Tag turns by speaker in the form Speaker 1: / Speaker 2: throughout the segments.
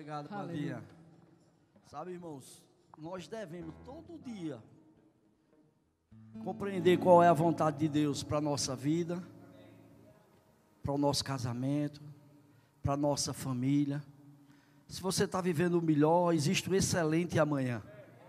Speaker 1: Obrigado, Padinha. Sabe, irmãos, nós devemos todo dia compreender qual é a vontade de Deus para a nossa vida, para o nosso casamento, para a nossa família. Se você está vivendo o melhor, existe um excelente amanhã.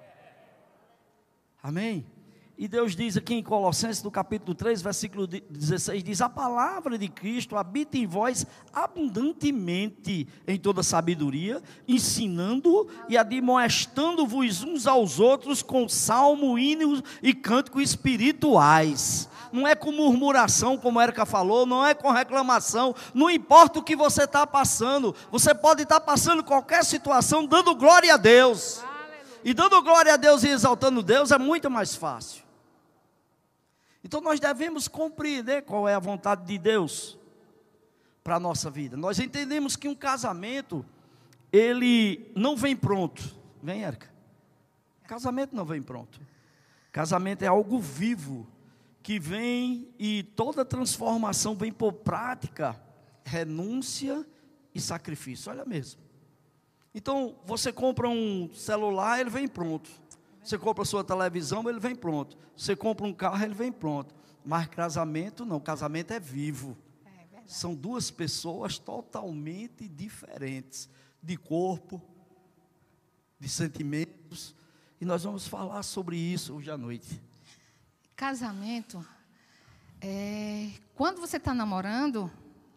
Speaker 1: Amém? E Deus diz aqui em Colossenses, no capítulo 3, versículo 16, diz: a palavra de Cristo habita em vós abundantemente em toda sabedoria, ensinando e admoestando-vos uns aos outros com salmo, hinos e cânticos espirituais. Não é com murmuração, como a Érica falou, não é com reclamação, não importa o que você está passando, você pode estar passando qualquer situação, dando glória a Deus. E dando glória a Deus e exaltando Deus é muito mais fácil. Então nós devemos compreender qual é a vontade de Deus para a nossa vida. Nós entendemos que um casamento, ele não vem pronto. Vem, Érica. Casamento não vem pronto. Casamento é algo vivo, que vem e toda transformação vem por prática, renúncia e sacrifício. Olha mesmo. Então, você compra um celular, ele vem pronto. Você compra a sua televisão, ele vem pronto. Você compra um carro, ele vem pronto. Mas casamento não, casamento é vivo. São duas pessoas totalmente diferentes, de corpo, de sentimentos. E nós vamos falar sobre isso hoje à noite.
Speaker 2: Casamento, quando você está namorando,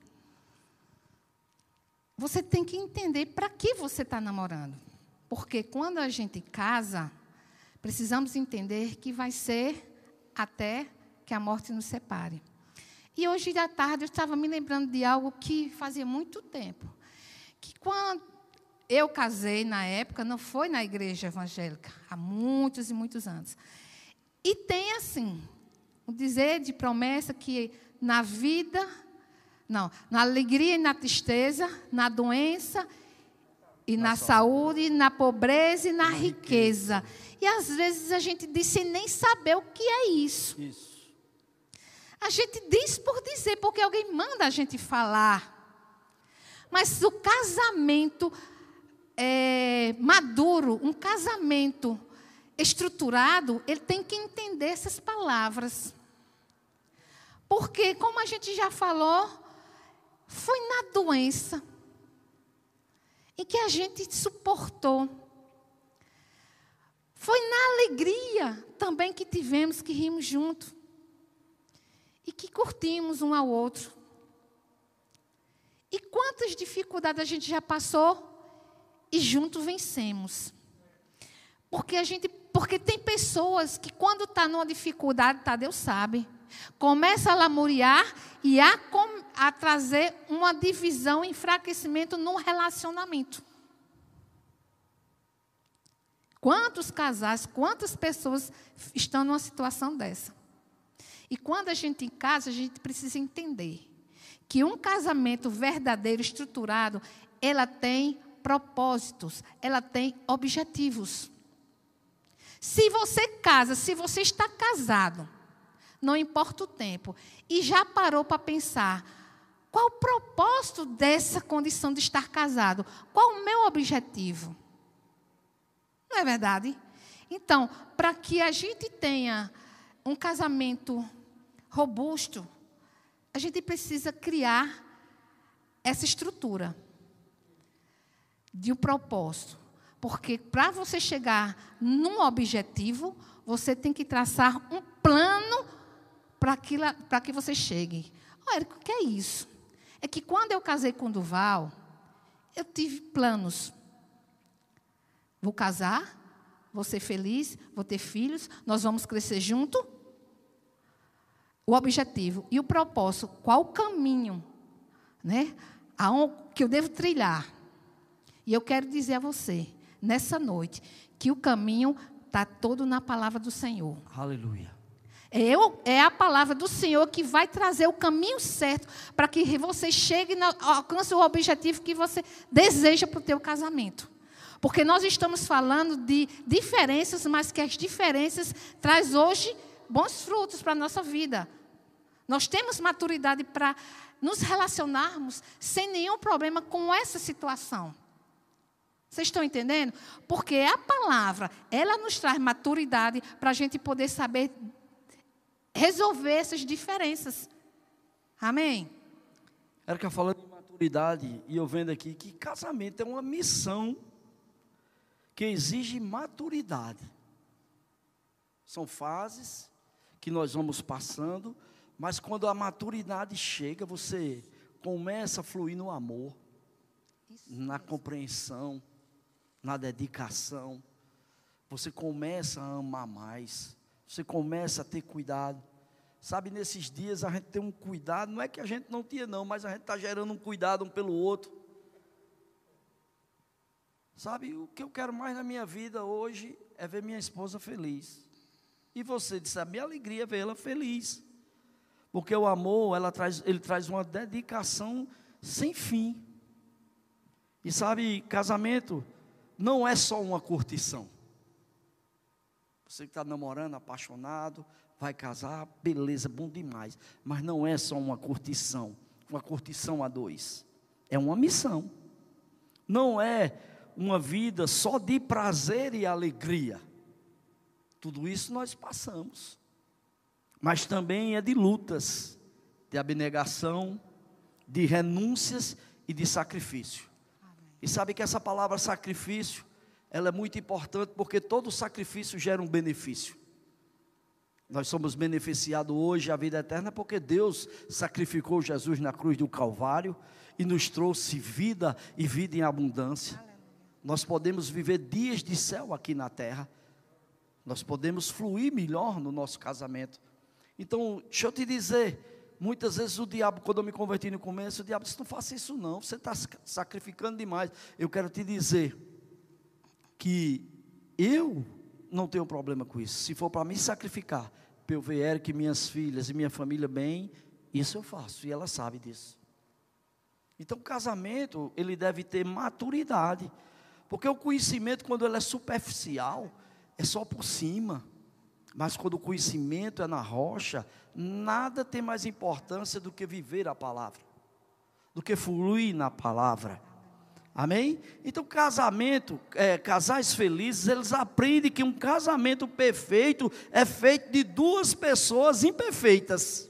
Speaker 2: você tem que entender para que você está namorando. Porque quando a gente casa, precisamos entender que vai ser até que a morte nos separe. E hoje à tarde eu estava me lembrando de algo que fazia muito tempo. Que quando eu casei na época, não foi na igreja evangélica, há muitos e muitos anos. E tem assim, um dizer de promessa que na vida, não, na alegria e na tristeza, na doença e na saúde, na pobreza e na riqueza. E às vezes a gente diz sem nem saber o que é isso. A gente diz por dizer, porque alguém manda a gente falar. Mas o casamento maduro, um casamento estruturado, ele tem que entender essas palavras. Porque, como a gente já falou, foi na doença em que a gente suportou. Foi na alegria também que tivemos, que rimos junto. E que curtimos um ao outro. E quantas dificuldades a gente já passou e juntos vencemos. Porque tem pessoas que quando está numa dificuldade, Deus sabe, começa a lamuriar e a trazer uma divisão, enfraquecimento no relacionamento. Quantos casais, quantas pessoas estão numa situação dessa? E quando a gente casa, a gente precisa entender que um casamento verdadeiro, estruturado, ela tem propósitos, ela tem objetivos. Se você casa, se você está casado, não importa o tempo, e já parou para pensar, qual o propósito dessa condição de estar casado? Qual o meu objetivo? Não é verdade? Então, para que a gente tenha um casamento robusto, a gente precisa criar essa estrutura de um propósito. Porque para você chegar num objetivo, você tem que traçar um plano para que você chegue. Olha, o que é isso? É que quando eu casei com o Duval, eu tive planos. Vou casar, vou ser feliz, vou ter filhos, nós vamos crescer junto. O objetivo e o propósito, qual o caminho, né? Que eu devo trilhar. E eu quero dizer a você, nessa noite, que o caminho está todo na palavra do Senhor.
Speaker 1: Aleluia.
Speaker 2: É a palavra do Senhor que vai trazer o caminho certo para que você chegue, alcance o objetivo que você deseja para o teu casamento. Porque nós estamos falando de diferenças, mas que as diferenças traz hoje bons frutos para a nossa vida. Nós temos maturidade para nos relacionarmos sem nenhum problema com essa situação. Vocês estão entendendo? Porque a palavra, ela nos traz maturidade para a gente poder saber resolver essas diferenças. Amém?
Speaker 1: Érica falando de maturidade, e eu vendo aqui que casamento é uma missão que exige maturidade. São fases que nós vamos passando, mas quando a maturidade chega, você começa a fluir no amor, na compreensão, na dedicação. Você começa a amar mais, você começa a ter cuidado. Sabe, nesses dias a gente tem um cuidado, não é que a gente não tinha não, mas a gente está gerando um cuidado um pelo outro. Sabe, o que eu quero mais na minha vida hoje é ver minha esposa feliz. E você disse, a minha alegria é vê-la feliz. Porque o amor, ele traz uma dedicação sem fim. E sabe, casamento não é só uma curtição. Você que está namorando, apaixonado, vai casar, beleza, bom demais. Mas não é só uma curtição a dois. É uma missão. Não é uma vida só de prazer e alegria. Tudo isso nós passamos. Mas também é de lutas, de abnegação, de renúncias e de sacrifício. E sabe que essa palavra sacrifício, ela é muito importante porque todo sacrifício gera um benefício. Nós somos beneficiados hoje a vida eterna porque Deus sacrificou Jesus na cruz do Calvário e nos trouxe vida e vida em abundância. Aleluia. Nós podemos viver dias de céu aqui na terra. Nós podemos fluir melhor no nosso casamento. Então, deixa eu te dizer, muitas vezes o diabo, quando eu me converti no começo, o diabo disse, não faça isso não, você está sacrificando demais. Eu quero te dizer que eu não tenho problema com isso. Se for para me sacrificar, para eu ver Érica, minhas filhas e minha família bem, isso eu faço, e ela sabe disso. Então, o casamento, ele deve ter maturidade, porque o conhecimento, quando ele é superficial, é só por cima. Mas quando o conhecimento é na rocha, nada tem mais importância do que viver a palavra, do que fluir na palavra. Amém? Então, casais felizes, eles aprendem que um casamento perfeito é feito de duas pessoas imperfeitas.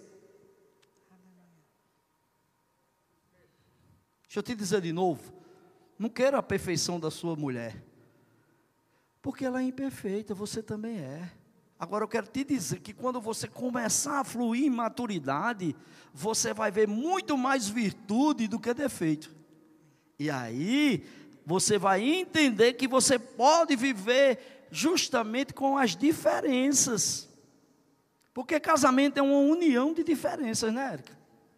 Speaker 1: Deixa eu te dizer de novo, não quero a perfeição da sua mulher, porque ela é imperfeita, você também é. Agora eu quero te dizer que quando você começar a fluir em maturidade, você vai ver muito mais virtude do que defeito. E aí, você vai entender que você pode viver justamente com as diferenças. Porque casamento é uma união de diferenças, né, Érica?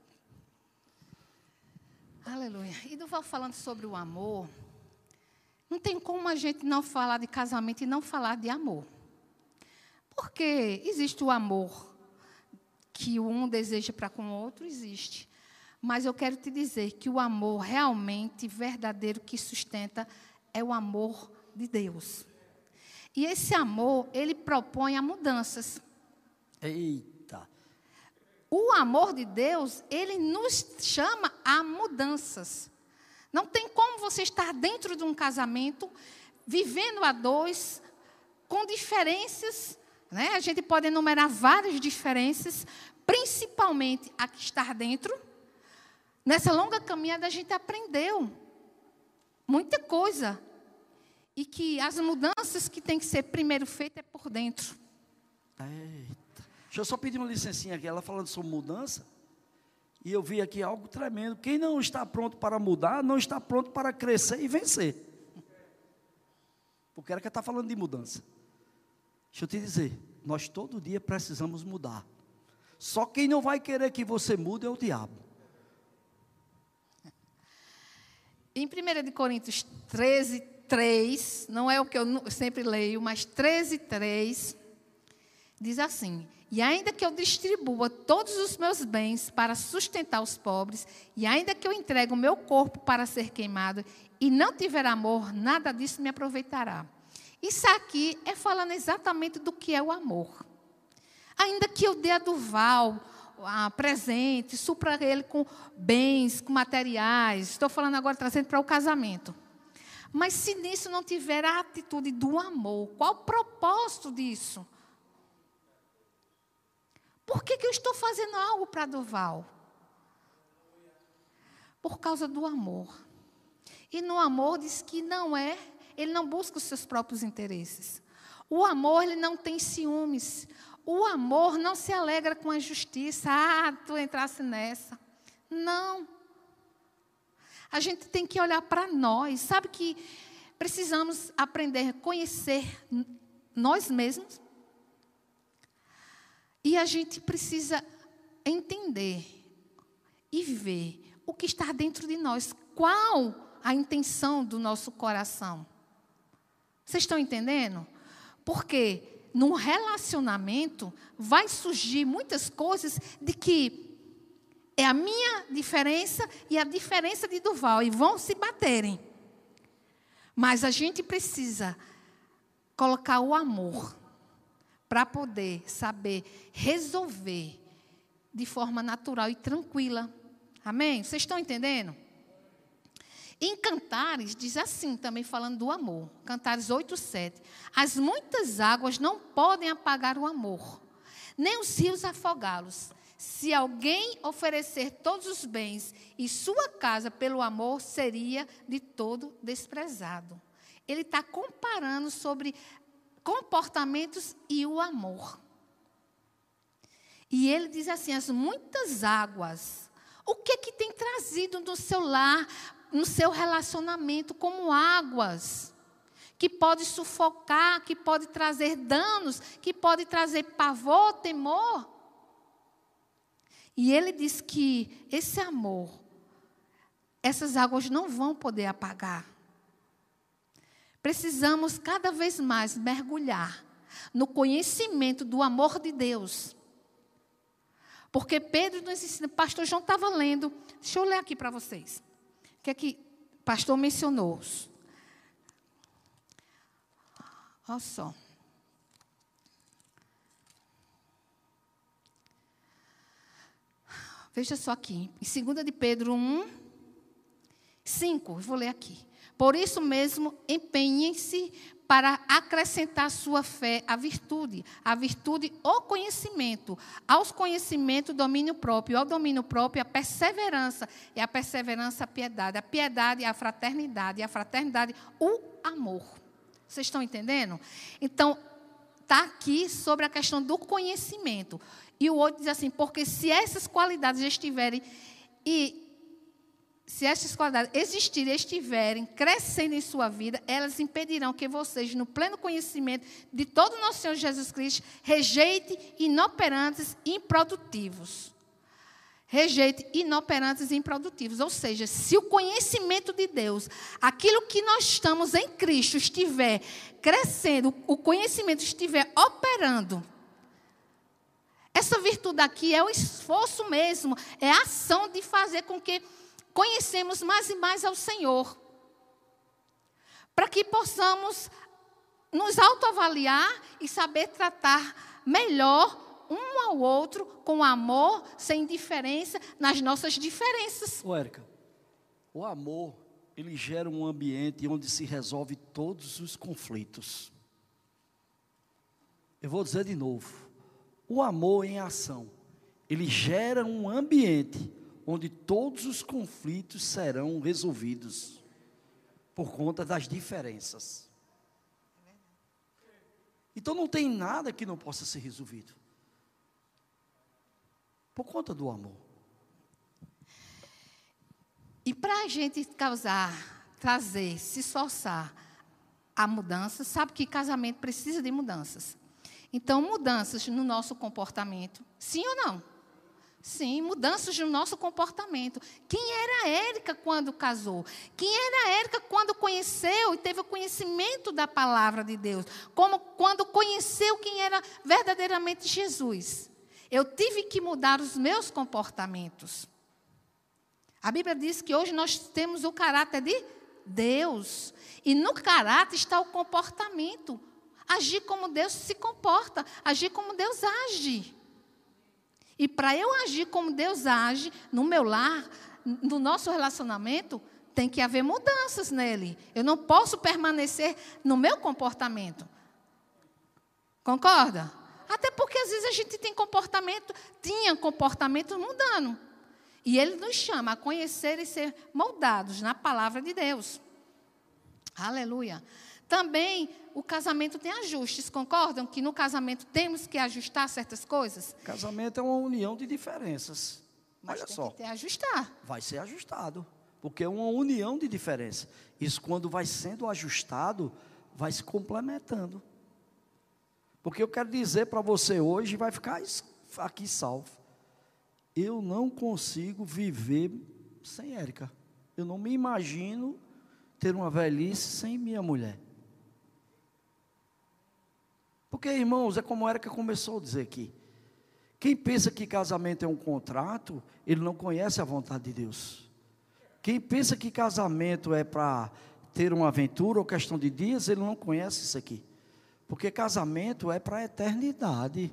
Speaker 2: Aleluia. E Duval falando sobre o amor, não tem como a gente não falar de casamento e não falar de amor. Porque existe o amor que um deseja para com o outro, existe. Mas eu quero te dizer que o amor realmente verdadeiro que sustenta é o amor de Deus. E esse amor, ele propõe a mudanças.
Speaker 1: Eita!
Speaker 2: O amor de Deus, ele nos chama a mudanças. Não tem como você estar dentro de um casamento, vivendo a dois, com diferenças, né? A gente pode enumerar várias diferenças, principalmente a que estar dentro. Nessa longa caminhada a gente aprendeu muita coisa. E que as mudanças que tem que ser primeiro feitas é por dentro.
Speaker 1: Eita. Deixa eu só pedir uma licencinha aqui, ela falando sobre mudança. E eu vi aqui algo tremendo. Quem não está pronto para mudar, não está pronto para crescer e vencer. Porque ela está falando de mudança. Deixa eu te dizer, nós todo dia precisamos mudar. Só quem não vai querer que você mude é o diabo.
Speaker 2: Em 1 Coríntios 13:3, não é o que eu sempre leio, mas 13:3, diz assim: e ainda que eu distribua todos os meus bens para sustentar os pobres, e ainda que eu entregue o meu corpo para ser queimado, e não tiver amor, nada disso me aproveitará. Isso aqui é falando exatamente do que é o amor. Ainda que eu dê a Duval presente, supra ele com bens, com materiais. Estou falando agora, trazendo para o casamento. Mas se nisso não tiver a atitude do amor, qual o propósito disso? Por que eu estou fazendo algo para Durval? Por causa do amor. E no amor diz que ele não busca os seus próprios interesses. O amor, ele não tem ciúmes. O amor não se alegra com a injustiça. Tu entrasse nessa. Não. A gente tem que olhar para nós. Sabe que precisamos aprender a conhecer nós mesmos. E a gente precisa entender e ver o que está dentro de nós. Qual a intenção do nosso coração? Vocês estão entendendo? Porque num relacionamento vai surgir muitas coisas de que é a minha diferença e a diferença de Durval, e vão se baterem. Mas a gente precisa colocar o amor para poder saber resolver de forma natural e tranquila. Amém? Vocês estão entendendo? Em Cantares, diz assim, também falando do amor. Cantares 8:7. As muitas águas não podem apagar o amor, nem os rios afogá-los. Se alguém oferecer todos os bens e sua casa pelo amor, seria de todo desprezado. Ele está comparando sobre comportamentos e o amor. E ele diz assim, as muitas águas. O que tem trazido no seu lar, no seu relacionamento, como águas? Que pode sufocar, que pode trazer danos, que pode trazer pavor, temor. E ele diz que esse amor, essas águas não vão poder apagar. Precisamos cada vez mais mergulhar no conhecimento do amor de Deus. Porque Pedro nos ensina, pastor João estava lendo, deixa eu ler aqui para vocês. O que é que o pastor mencionou? Olha só. Veja só aqui, em 2 de Pedro 1:5, vou ler aqui. Por isso mesmo, empenhem-se para acrescentar à sua fé a virtude, o conhecimento, aos conhecimentos, o domínio próprio, ao domínio próprio, a perseverança, e a perseverança, a piedade, a fraternidade, o amor. Vocês estão entendendo? Então, está aqui sobre a questão do conhecimento. E o outro diz assim, porque se essas qualidades estiverem existirem e estiverem crescendo em sua vida, elas impedirão que vocês, no pleno conhecimento de todo o nosso Senhor Jesus Cristo, rejeite inoperantes e improdutivos. Rejeite inoperantes e improdutivos. Ou seja, se o conhecimento de Deus, aquilo que nós estamos em Cristo, estiver crescendo, o conhecimento estiver operando, essa virtude aqui é o esforço mesmo, é a ação de fazer com que conhecemos mais e mais ao Senhor. Para que possamos nos autoavaliar e saber tratar melhor um ao outro, com amor, sem indiferença, nas nossas diferenças.
Speaker 1: Érica, o amor, ele gera um ambiente onde se resolve todos os conflitos. Eu vou dizer de novo. O amor em ação, ele gera um ambiente onde todos os conflitos serão resolvidos por conta das diferenças. Então não tem nada que não possa ser resolvido por conta do amor.
Speaker 2: E para a gente trazer, se esforçar a mudança, sabe que casamento precisa de mudanças. Então, mudanças no nosso comportamento, sim ou não? Sim, mudanças no nosso comportamento. Quem era a Érica quando casou? Quem era a Érica quando conheceu e teve o conhecimento da palavra de Deus? Como quando conheceu quem era verdadeiramente Jesus. Eu tive que mudar os meus comportamentos. A Bíblia diz que hoje nós temos o caráter de Deus. E no caráter está o comportamento. Agir como Deus se comporta, agir como Deus age. E para eu agir como Deus age, no meu lar, no nosso relacionamento, tem que haver mudanças nele. Eu não posso permanecer no meu comportamento. Concorda? Até porque às vezes a gente tinha comportamento mudando. E ele nos chama a conhecer e ser moldados na palavra de Deus. Aleluia. Também o casamento tem ajustes, concordam? Que no casamento temos que ajustar certas coisas?
Speaker 1: Casamento é uma união de diferenças.
Speaker 2: Mas
Speaker 1: Olha
Speaker 2: tem
Speaker 1: só.
Speaker 2: que ajustar.
Speaker 1: Vai ser ajustado. Porque é uma união de diferença. Isso, quando vai sendo ajustado, vai se complementando. Porque eu quero dizer para você hoje, vai ficar aqui salvo. Eu não consigo viver sem Érica. Eu não me imagino ter uma velhice sem minha mulher. Porque, irmãos, é como a Érica começou a dizer aqui. Quem pensa que casamento é um contrato, ele não conhece a vontade de Deus. Quem pensa que casamento é para ter uma aventura ou questão de dias, ele não conhece isso aqui. Porque casamento é para a eternidade.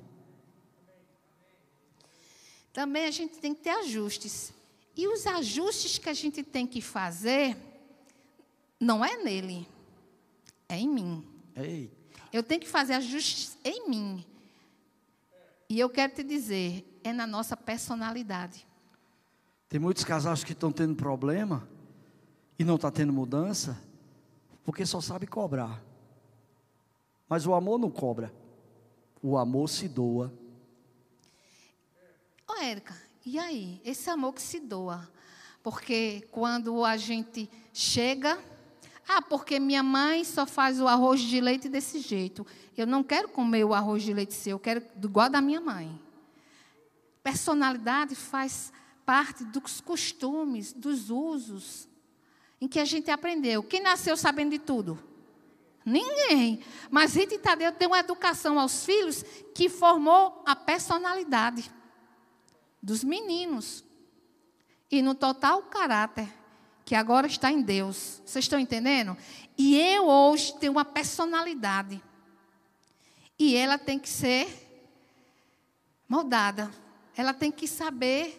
Speaker 2: Também a gente tem que ter ajustes. E os ajustes que a gente tem que fazer, não é nele, é em mim.
Speaker 1: Eita.
Speaker 2: Eu tenho que fazer ajustes em mim. E eu quero te dizer, é na nossa personalidade.
Speaker 1: Tem muitos casais que estão tendo problema e não estão tendo mudança, porque só sabe cobrar. Mas o amor não cobra. O amor se doa.
Speaker 2: Ô, Érica, e aí? Esse amor que se doa. Porque quando a gente chega... porque minha mãe só faz o arroz de leite desse jeito. Eu não quero comer o arroz de leite seu, eu quero igual da minha mãe. Personalidade faz parte dos costumes, dos usos, em que a gente aprendeu. Quem nasceu sabendo de tudo? Ninguém. Mas Rita e Tadeu deu uma educação aos filhos que formou a personalidade dos meninos. E no total o caráter, que agora está em Deus. Vocês estão entendendo? E eu hoje tenho uma personalidade. E ela tem que ser moldada. Ela tem que saber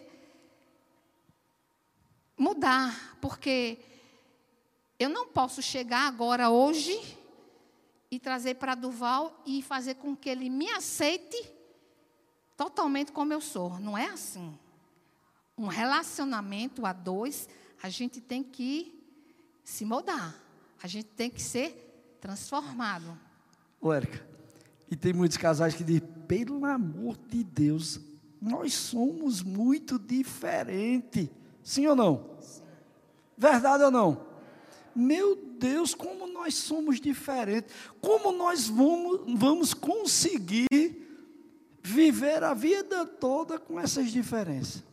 Speaker 2: mudar. Porque eu não posso chegar agora, hoje, e trazer para Duval e fazer com que ele me aceite totalmente como eu sou. Não é assim. Um relacionamento a dois, a gente tem que se moldar. A gente tem que ser transformado.
Speaker 1: Ô, Érica, e tem muitos casais que dizem, pelo amor de Deus, nós somos muito diferentes. Sim ou não? Sim. Verdade ou não? Meu Deus, como nós somos diferentes. Como nós vamos conseguir viver a vida toda com essas diferenças?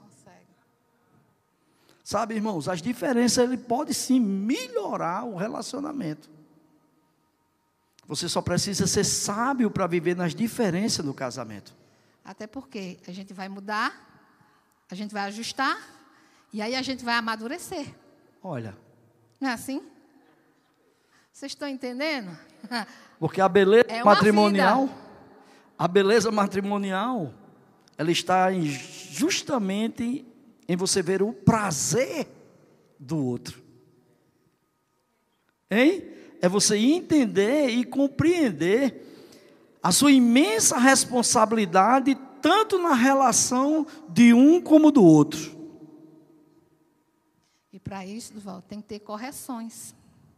Speaker 1: Sabe, irmãos, as diferenças, ele pode sim melhorar o relacionamento. Você só precisa ser sábio para viver nas diferenças do casamento.
Speaker 2: Até porque a gente vai mudar, a gente vai ajustar, e aí a gente vai amadurecer.
Speaker 1: Olha.
Speaker 2: Não é assim? Vocês estão entendendo?
Speaker 1: Porque a beleza matrimonial,
Speaker 2: vida.
Speaker 1: A beleza matrimonial, ela está justamente em você ver o prazer do outro. Hein? É você entender e compreender a sua imensa responsabilidade, tanto na relação de um como do outro.
Speaker 2: E para isso, Duval, tem que ter correções.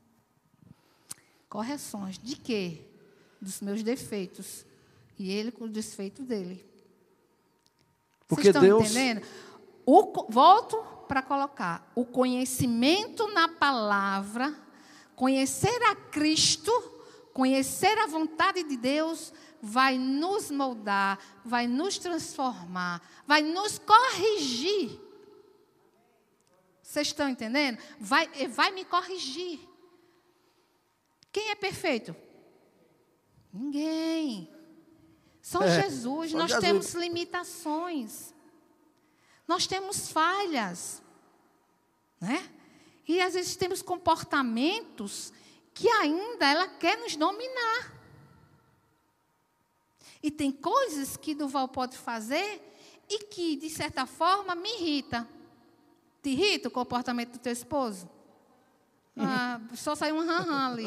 Speaker 2: Correções de quê? Dos meus defeitos. E ele com o defeito dele.
Speaker 1: Porque
Speaker 2: vocês estão entendendo? Volto para colocar. O conhecimento na palavra, conhecer a Cristo, conhecer a vontade de Deus, vai nos moldar, vai nos transformar, vai nos corrigir. Vocês estão entendendo? Vai me corrigir. Quem é perfeito? Ninguém. Só Jesus.
Speaker 1: Só
Speaker 2: nós
Speaker 1: Jesus.
Speaker 2: Temos limitações. Nós temos falhas. Né? E às vezes temos comportamentos que ainda ela quer nos dominar. E tem coisas que Duval pode fazer e que, de certa forma, me irrita. Te irrita o comportamento do teu esposo? Só saiu um ran ali.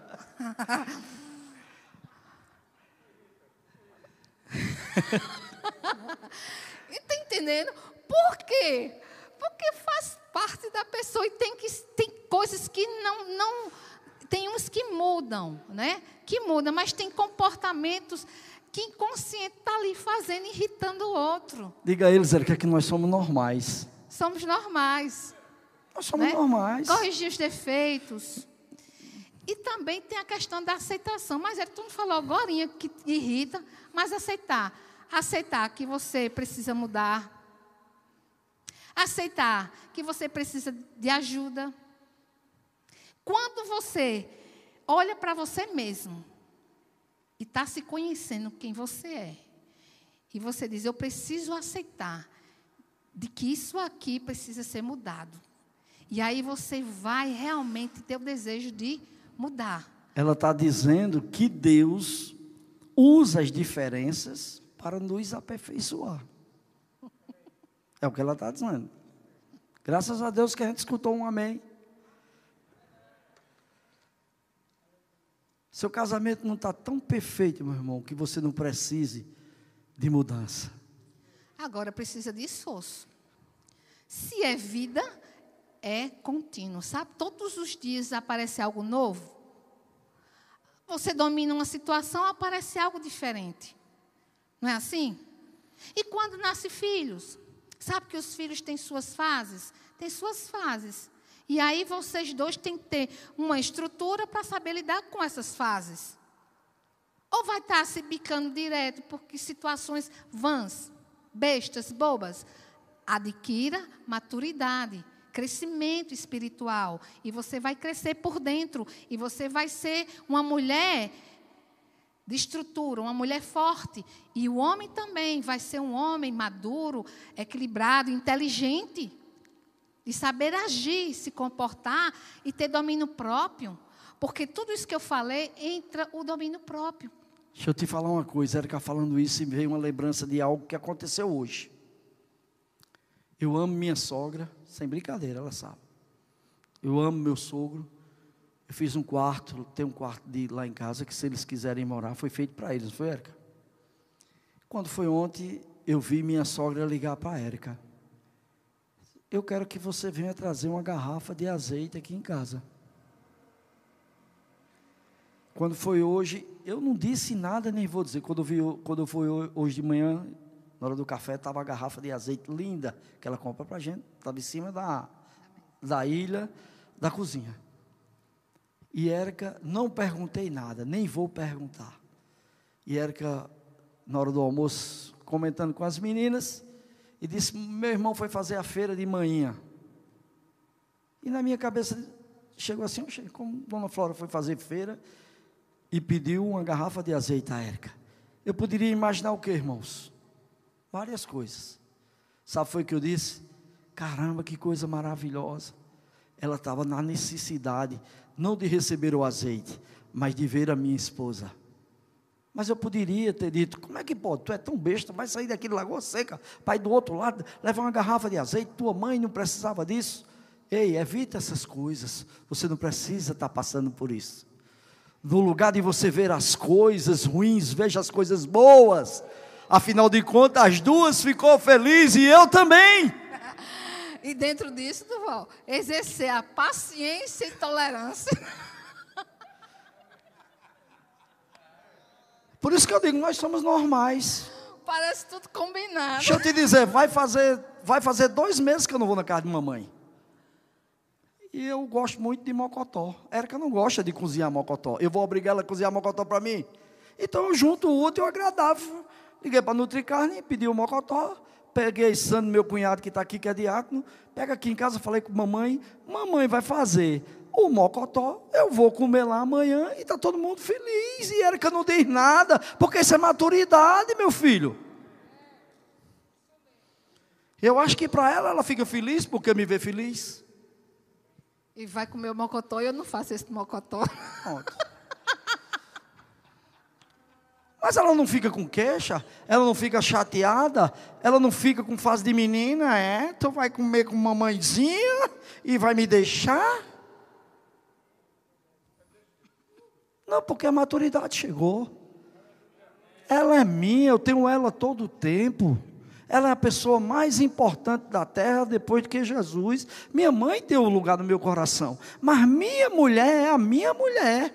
Speaker 2: Está entendendo? Por quê? Porque faz parte da pessoa e tem coisas que não tem uns que mudam, né? Que mudam, mas tem comportamentos que inconsciente está ali fazendo, irritando o outro.
Speaker 1: Diga a eles, Érica, que nós somos normais.
Speaker 2: Somos normais.
Speaker 1: Nós somos normais.
Speaker 2: Corrigir os defeitos. E também tem a questão da aceitação. Mas tu não falou agora que irrita, mas aceitar. Aceitar que você precisa mudar. Aceitar que você precisa de ajuda. Quando você olha para você mesmo e está se conhecendo quem você é, e você diz, eu preciso aceitar de que isso aqui precisa ser mudado. E aí você vai realmente ter o desejo de mudar. Ela
Speaker 1: está dizendo que Deus usa as diferenças para nos aperfeiçoar. É o que ela está dizendo. Graças a Deus que a gente escutou um amém. Seu casamento não está tão perfeito, meu irmão, que você não precise de mudança.
Speaker 2: Agora precisa de esforço. Se é vida, é contínuo, sabe? Todos os dias aparece algo novo. Você domina uma situação, aparece algo diferente. Não é assim? E quando nascem filhos? Sabe que os filhos têm suas fases? Tem suas fases. E aí vocês dois têm que ter uma estrutura para saber lidar com essas fases. Ou vai estar se bicando direto, porque situações vãs, bestas, bobas. Adquira maturidade, crescimento espiritual. E você vai crescer por dentro. E você vai ser uma mulher de estrutura, uma mulher forte. E o homem também vai ser um homem maduro, equilibrado, inteligente. E saber agir, se comportar e ter domínio próprio. Porque tudo isso que eu falei, entra o domínio próprio.
Speaker 1: Deixa eu te falar uma coisa, Érica falando isso e veio uma lembrança de algo que aconteceu hoje. Eu amo minha sogra, sem brincadeira, ela sabe. Eu amo meu sogro. Eu fiz um quarto, tem um quarto lá em casa, que se eles quiserem morar, foi feito para eles, não foi, Érica? Quando foi ontem, eu vi minha sogra ligar para a Érica. Eu quero que você venha trazer uma garrafa de azeite aqui em casa. Quando foi hoje, eu não disse nada, nem vou dizer. Quando eu fui hoje de manhã, na hora do café, estava a garrafa de azeite linda, que ela compra para a gente. Estava em cima da ilha, da cozinha. E Érica, não perguntei nada, nem vou perguntar. E Érica, na hora do almoço, comentando com as meninas, e disse, meu irmão foi fazer a feira de manhã. E na minha cabeça, chegou assim, como Dona Flora foi fazer feira, e pediu uma garrafa de azeite a Érica. Eu poderia imaginar o que, irmãos? Várias coisas. Sabe foi o que eu disse? Caramba, que coisa maravilhosa. Ela estava na necessidade, não de receber o azeite, mas de ver a minha esposa. Mas eu poderia ter dito, como é que pode? Tu é tão besta, vai sair daqui de Lagoa Seca, para ir do outro lado, levar uma garrafa de azeite, tua mãe não precisava disso. Ei, evita essas coisas, você não precisa estar passando por isso. No lugar de você ver as coisas ruins, veja as coisas boas. Afinal de contas, as duas ficou felizes e eu também.
Speaker 2: E dentro disso, Duval, exercer a paciência e tolerância.
Speaker 1: Por isso que eu digo, nós somos normais.
Speaker 2: Parece tudo combinado.
Speaker 1: Deixa eu te dizer, vai fazer 2 meses que eu não vou na casa de mamãe. E eu gosto muito de mocotó. Érica não gosta de cozinhar mocotó. Eu vou obrigar ela a cozinhar mocotó para mim? Então eu junto o útil e o agradável. Liguei para a Nutricarne, pedi o mocotó. Peguei Sandro, meu cunhado que está aqui, que é diácono. Pega aqui em casa, falei com mamãe. Mamãe vai fazer o mocotó, eu vou comer lá amanhã e está todo mundo feliz. E Érica não diz nada, porque isso é maturidade, meu filho. Eu acho que para ela fica feliz porque me vê feliz.
Speaker 2: E vai comer o mocotó e eu não faço esse mocotó.
Speaker 1: Pronto. Mas ela não fica com queixa, ela não fica chateada, ela não fica com fase de menina, tu vai comer com mamãezinha e vai me deixar? Não, porque a maturidade chegou. Ela é minha, eu tenho ela todo o tempo. Ela é a pessoa mais importante da terra depois de que Jesus. Minha mãe deu lugar no meu coração, mas minha mulher é a minha mulher.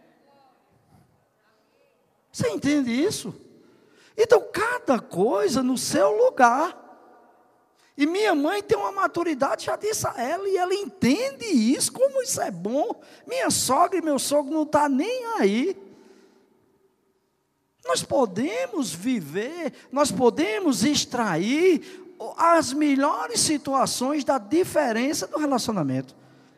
Speaker 1: Você entende isso? Então, cada coisa no seu lugar. E minha mãe tem uma maturidade, já disse a ela, e ela entende isso, como isso é bom. Minha sogra e meu sogro não estão nem aí. Nós podemos viver, nós podemos extrair as melhores situações da diferença do relacionamento.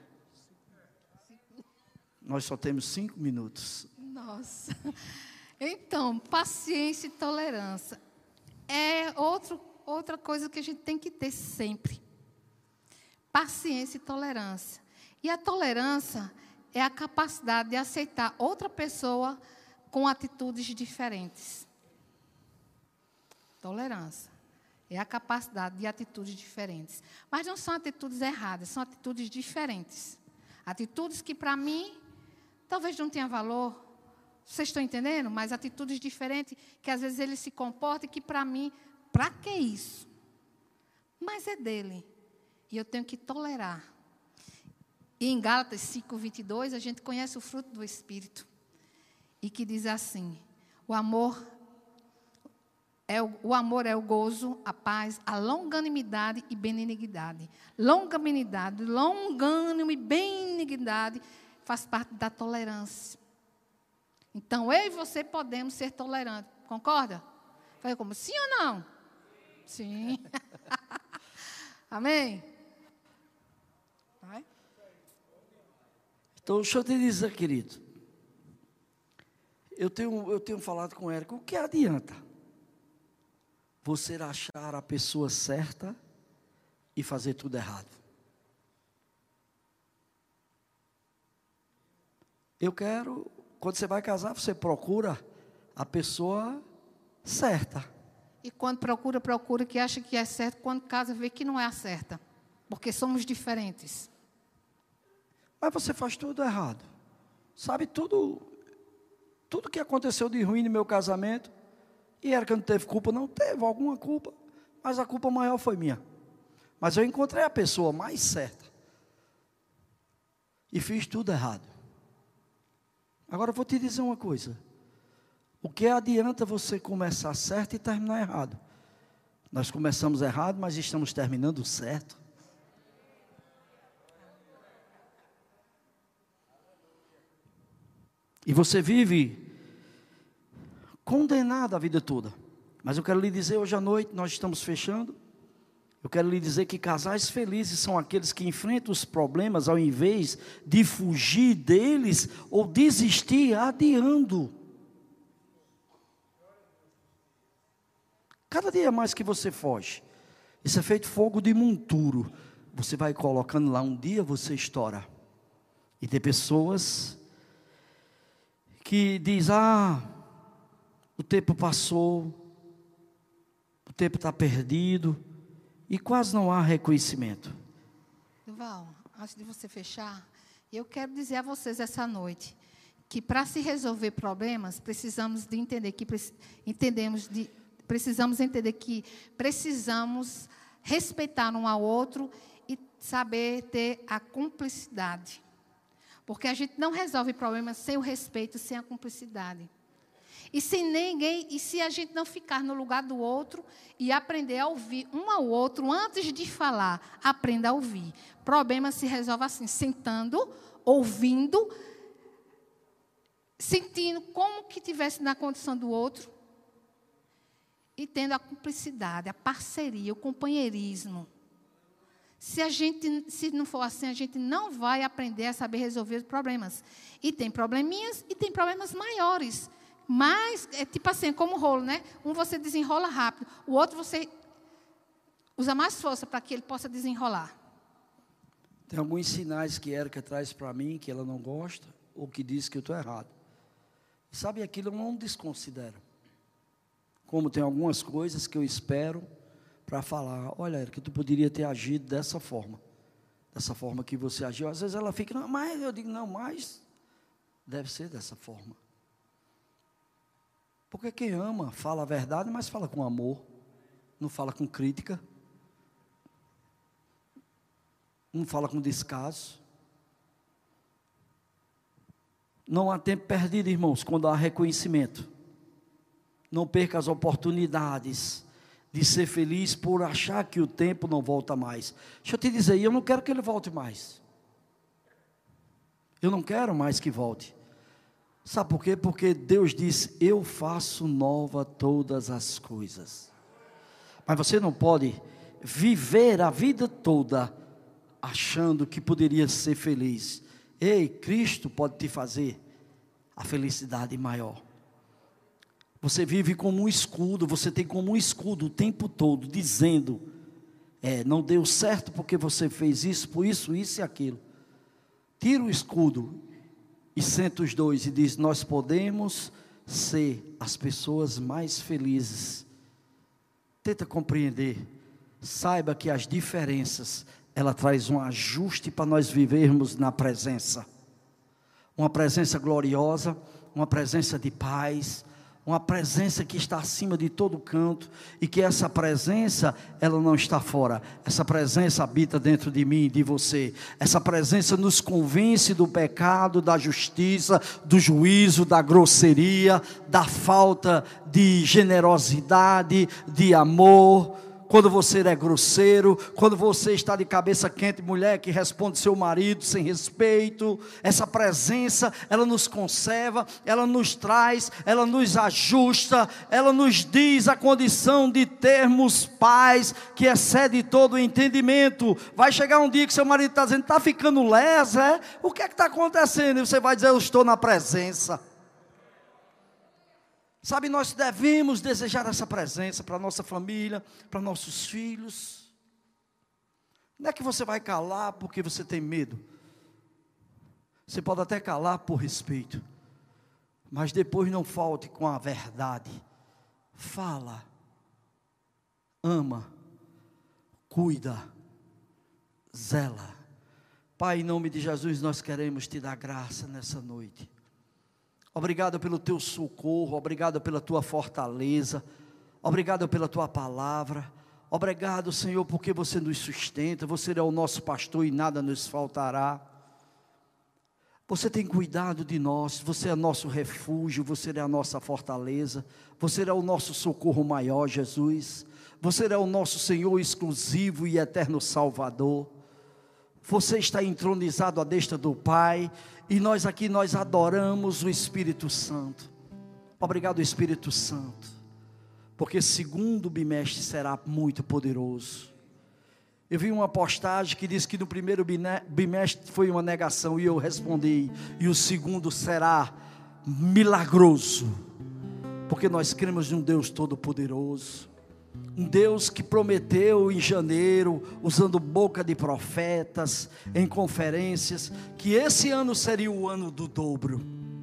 Speaker 1: Nós só temos 5 minutos.
Speaker 2: Nossa. Então, paciência e tolerância é outra coisa que a gente tem que ter sempre. Paciência e tolerância. E a tolerância é a capacidade de aceitar outra pessoa com atitudes diferentes. Tolerância é a capacidade de atitudes diferentes. Mas não são atitudes erradas, são atitudes diferentes. Atitudes que, para mim, talvez não tenham valor. Vocês estão entendendo? Mas atitudes diferentes, que às vezes ele se comporta e que, para mim, para que isso? Mas é dele. E eu tenho que tolerar. E em Gálatas 5:22, a gente conhece o fruto do Espírito. E que diz assim: o amor é o gozo, a paz, a longanimidade e benignidade. Longanimidade, longânimo e benignidade faz parte da tolerância. Então, eu e você podemos ser tolerantes. Concorda? Falei como, sim ou não? Sim. Amém? Vai?
Speaker 1: Então, deixa eu te dizer, querido. Eu tenho falado com o Érico, o que adianta você achar a pessoa certa e fazer tudo errado? Quando você vai casar, você procura a pessoa certa.
Speaker 2: E quando procura que acha que é certo, quando casa, vê que não é a certa. Porque somos diferentes.
Speaker 1: Mas você faz tudo errado. Sabe tudo que aconteceu de ruim no meu casamento, e era que não teve culpa, não teve alguma culpa, mas a culpa maior foi minha. Mas eu encontrei a pessoa mais certa, e fiz tudo errado. Agora eu vou te dizer uma coisa, o que adianta você começar certo e terminar errado? Nós começamos errado, mas estamos terminando certo. E você vive condenado a vida toda. Mas eu quero lhe dizer, hoje à noite, nós estamos fechando. Eu quero lhe dizer que casais felizes são aqueles que enfrentam os problemas ao invés de fugir deles ou desistir adiando. Cada dia mais que você foge, isso é feito fogo de monturo. Você vai colocando lá, um dia você estoura. E tem pessoas que diz, o tempo passou, o tempo está perdido, e quase não há reconhecimento.
Speaker 2: Duval, antes de você fechar, eu quero dizer a vocês essa noite, que para se resolver problemas, precisamos de entender que precisamos entender que precisamos respeitar um ao outro e saber ter a cumplicidade. Porque a gente não resolve problemas sem o respeito, sem a cumplicidade. E se a gente não ficar no lugar do outro e aprender a ouvir um ao outro, antes de falar, aprenda a ouvir. Problema se resolve assim, sentando, ouvindo, sentindo como que estivesse na condição do outro e tendo a cumplicidade, a parceria, o companheirismo. Se não for assim, a gente não vai aprender a saber resolver os problemas. E tem probleminhas e tem problemas maiores. Mas, é tipo assim, como rolo, né? Um você desenrola rápido, o outro você usa mais força para que ele possa desenrolar.
Speaker 1: Tem alguns sinais que a Érica traz para mim, que ela não gosta, ou que diz que eu estou errado. Sabe, aquilo eu não desconsidero. Como tem algumas coisas que eu espero para falar, olha, Érica, tu poderia ter agido dessa forma que você agiu. Às vezes ela fica, não, mas eu digo, não, mas Deve ser dessa forma. Porque quem ama fala a verdade, mas fala com amor, não fala com crítica, não fala com descaso. Não há tempo perdido, irmãos, quando há reconhecimento. Não perca as oportunidades de ser feliz por achar que o tempo não volta mais. Deixa eu te dizer, eu não quero que ele volte mais. Eu não quero mais que volte. Sabe por quê? Porque Deus diz, eu faço nova todas as coisas. Mas você não pode viver a vida toda achando que poderia ser feliz. Ei, Cristo pode te fazer a felicidade maior. Você vive como um escudo, você tem como um escudo o tempo todo, dizendo, não deu certo porque você fez isso, por isso, isso e aquilo. Tira o escudo e senta os dois e diz, nós podemos ser as pessoas mais felizes. Tenta compreender, saiba que as diferenças, ela traz um ajuste para nós vivermos na presença. Uma presença gloriosa, uma presença de paz, uma presença que está acima de todo canto, e que essa presença, ela não está fora, essa presença habita dentro de mim e de você, essa presença nos convence do pecado, da justiça, do juízo, da grosseria, da falta de generosidade, de amor. Quando você é grosseiro, quando você está de cabeça quente, mulher que responde seu marido sem respeito, essa presença, ela nos conserva, ela nos traz, ela nos ajusta, ela nos diz a condição de termos paz, que excede todo o entendimento. Vai chegar um dia que seu marido está dizendo, está ficando lesa, o que é que está acontecendo? E você vai dizer, eu estou na presença. Sabe, nós devemos desejar essa presença para a nossa família, para nossos filhos. Não é que você vai calar porque você tem medo. Você pode até calar por respeito. Mas depois não falte com a verdade. Fala. Ama. Cuida. Zela. Pai, em nome de Jesus, nós queremos te dar graça nessa noite. Obrigado pelo teu socorro, obrigado pela tua fortaleza, obrigado pela tua palavra, obrigado, Senhor, porque você nos sustenta, você é o nosso pastor e nada nos faltará. Você tem cuidado de nós, você é nosso refúgio, você é a nossa fortaleza, você é o nosso socorro maior, Jesus, você é o nosso Senhor exclusivo e eterno Salvador. Você está entronizado à destra do Pai, e nós aqui, nós adoramos o Espírito Santo. Obrigado, Espírito Santo, porque segundo bimestre será muito poderoso. Eu vi uma postagem que diz que no primeiro bimestre foi uma negação, e eu respondi, e o segundo será milagroso, porque nós cremos em um Deus todo-poderoso. Um Deus que prometeu em janeiro, usando boca de profetas, em conferências, que esse ano seria o ano do dobro.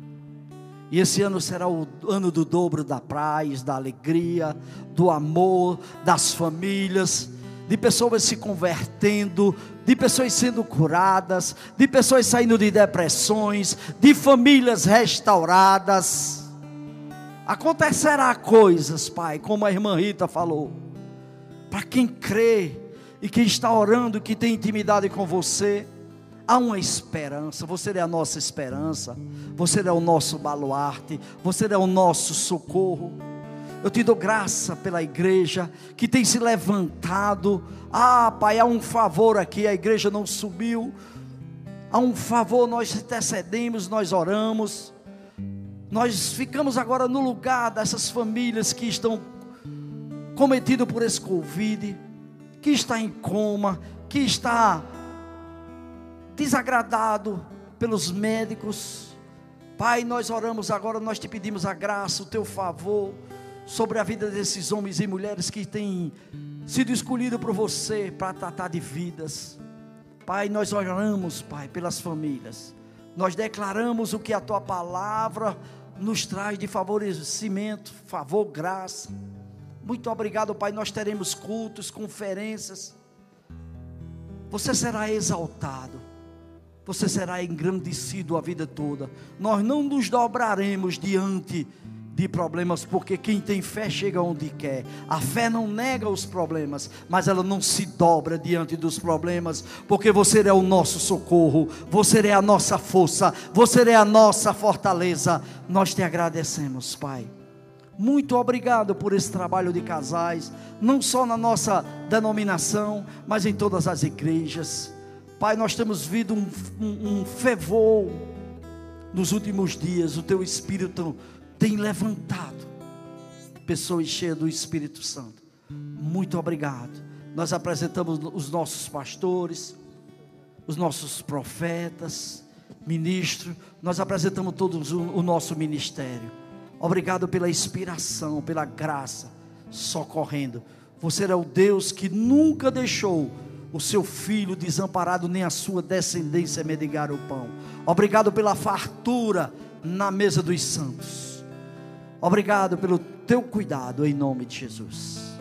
Speaker 1: E esse ano será o ano do dobro da paz, da alegria, do amor, das famílias, de pessoas se convertendo, de pessoas sendo curadas, de pessoas saindo de depressões, de famílias restauradas. Acontecerá coisas, Pai, como a irmã Rita falou, para quem crê e quem está orando, que tem intimidade com você, há uma esperança. Você é a nossa esperança, você é o nosso baluarte, você é o nosso socorro. Eu te dou graça pela igreja que tem se levantado. Pai, há um favor aqui, a igreja não subiu, há um favor, nós intercedemos, nós oramos. Nós ficamos agora no lugar dessas famílias que estão cometidas por esse Covid, que está em coma, que está desagradado pelos médicos. Pai, nós oramos agora, nós te pedimos a graça, o teu favor, sobre a vida desses homens e mulheres que têm sido escolhidos por você para tratar de vidas. Pai, nós oramos, Pai, pelas famílias. Nós declaramos o que a tua palavra nos traz de favorecimento, favor, graça. Muito obrigado, Pai. Nós teremos cultos, conferências. Você será exaltado, você será engrandecido a vida toda. Nós não nos dobraremos diante de problemas, porque quem tem fé chega onde quer. A fé não nega os problemas, mas ela não se dobra diante dos problemas, porque você é o nosso socorro, você é a nossa força, você é a nossa fortaleza. Nós te agradecemos, Pai. Muito obrigado por esse trabalho de casais, não só na nossa denominação, mas em todas as igrejas. Pai, nós temos visto um fervor nos últimos dias. O teu Espírito tem levantado pessoas cheias do Espírito Santo. Muito obrigado. Nós apresentamos os nossos pastores, os nossos profetas, ministros. Nós apresentamos todos o nosso ministério. Obrigado pela inspiração, pela graça, socorrendo. Você é o Deus que nunca deixou o seu filho desamparado, nem a sua descendência mendigar o pão. Obrigado pela fartura na mesa dos santos. Obrigado pelo teu cuidado, em nome de Jesus.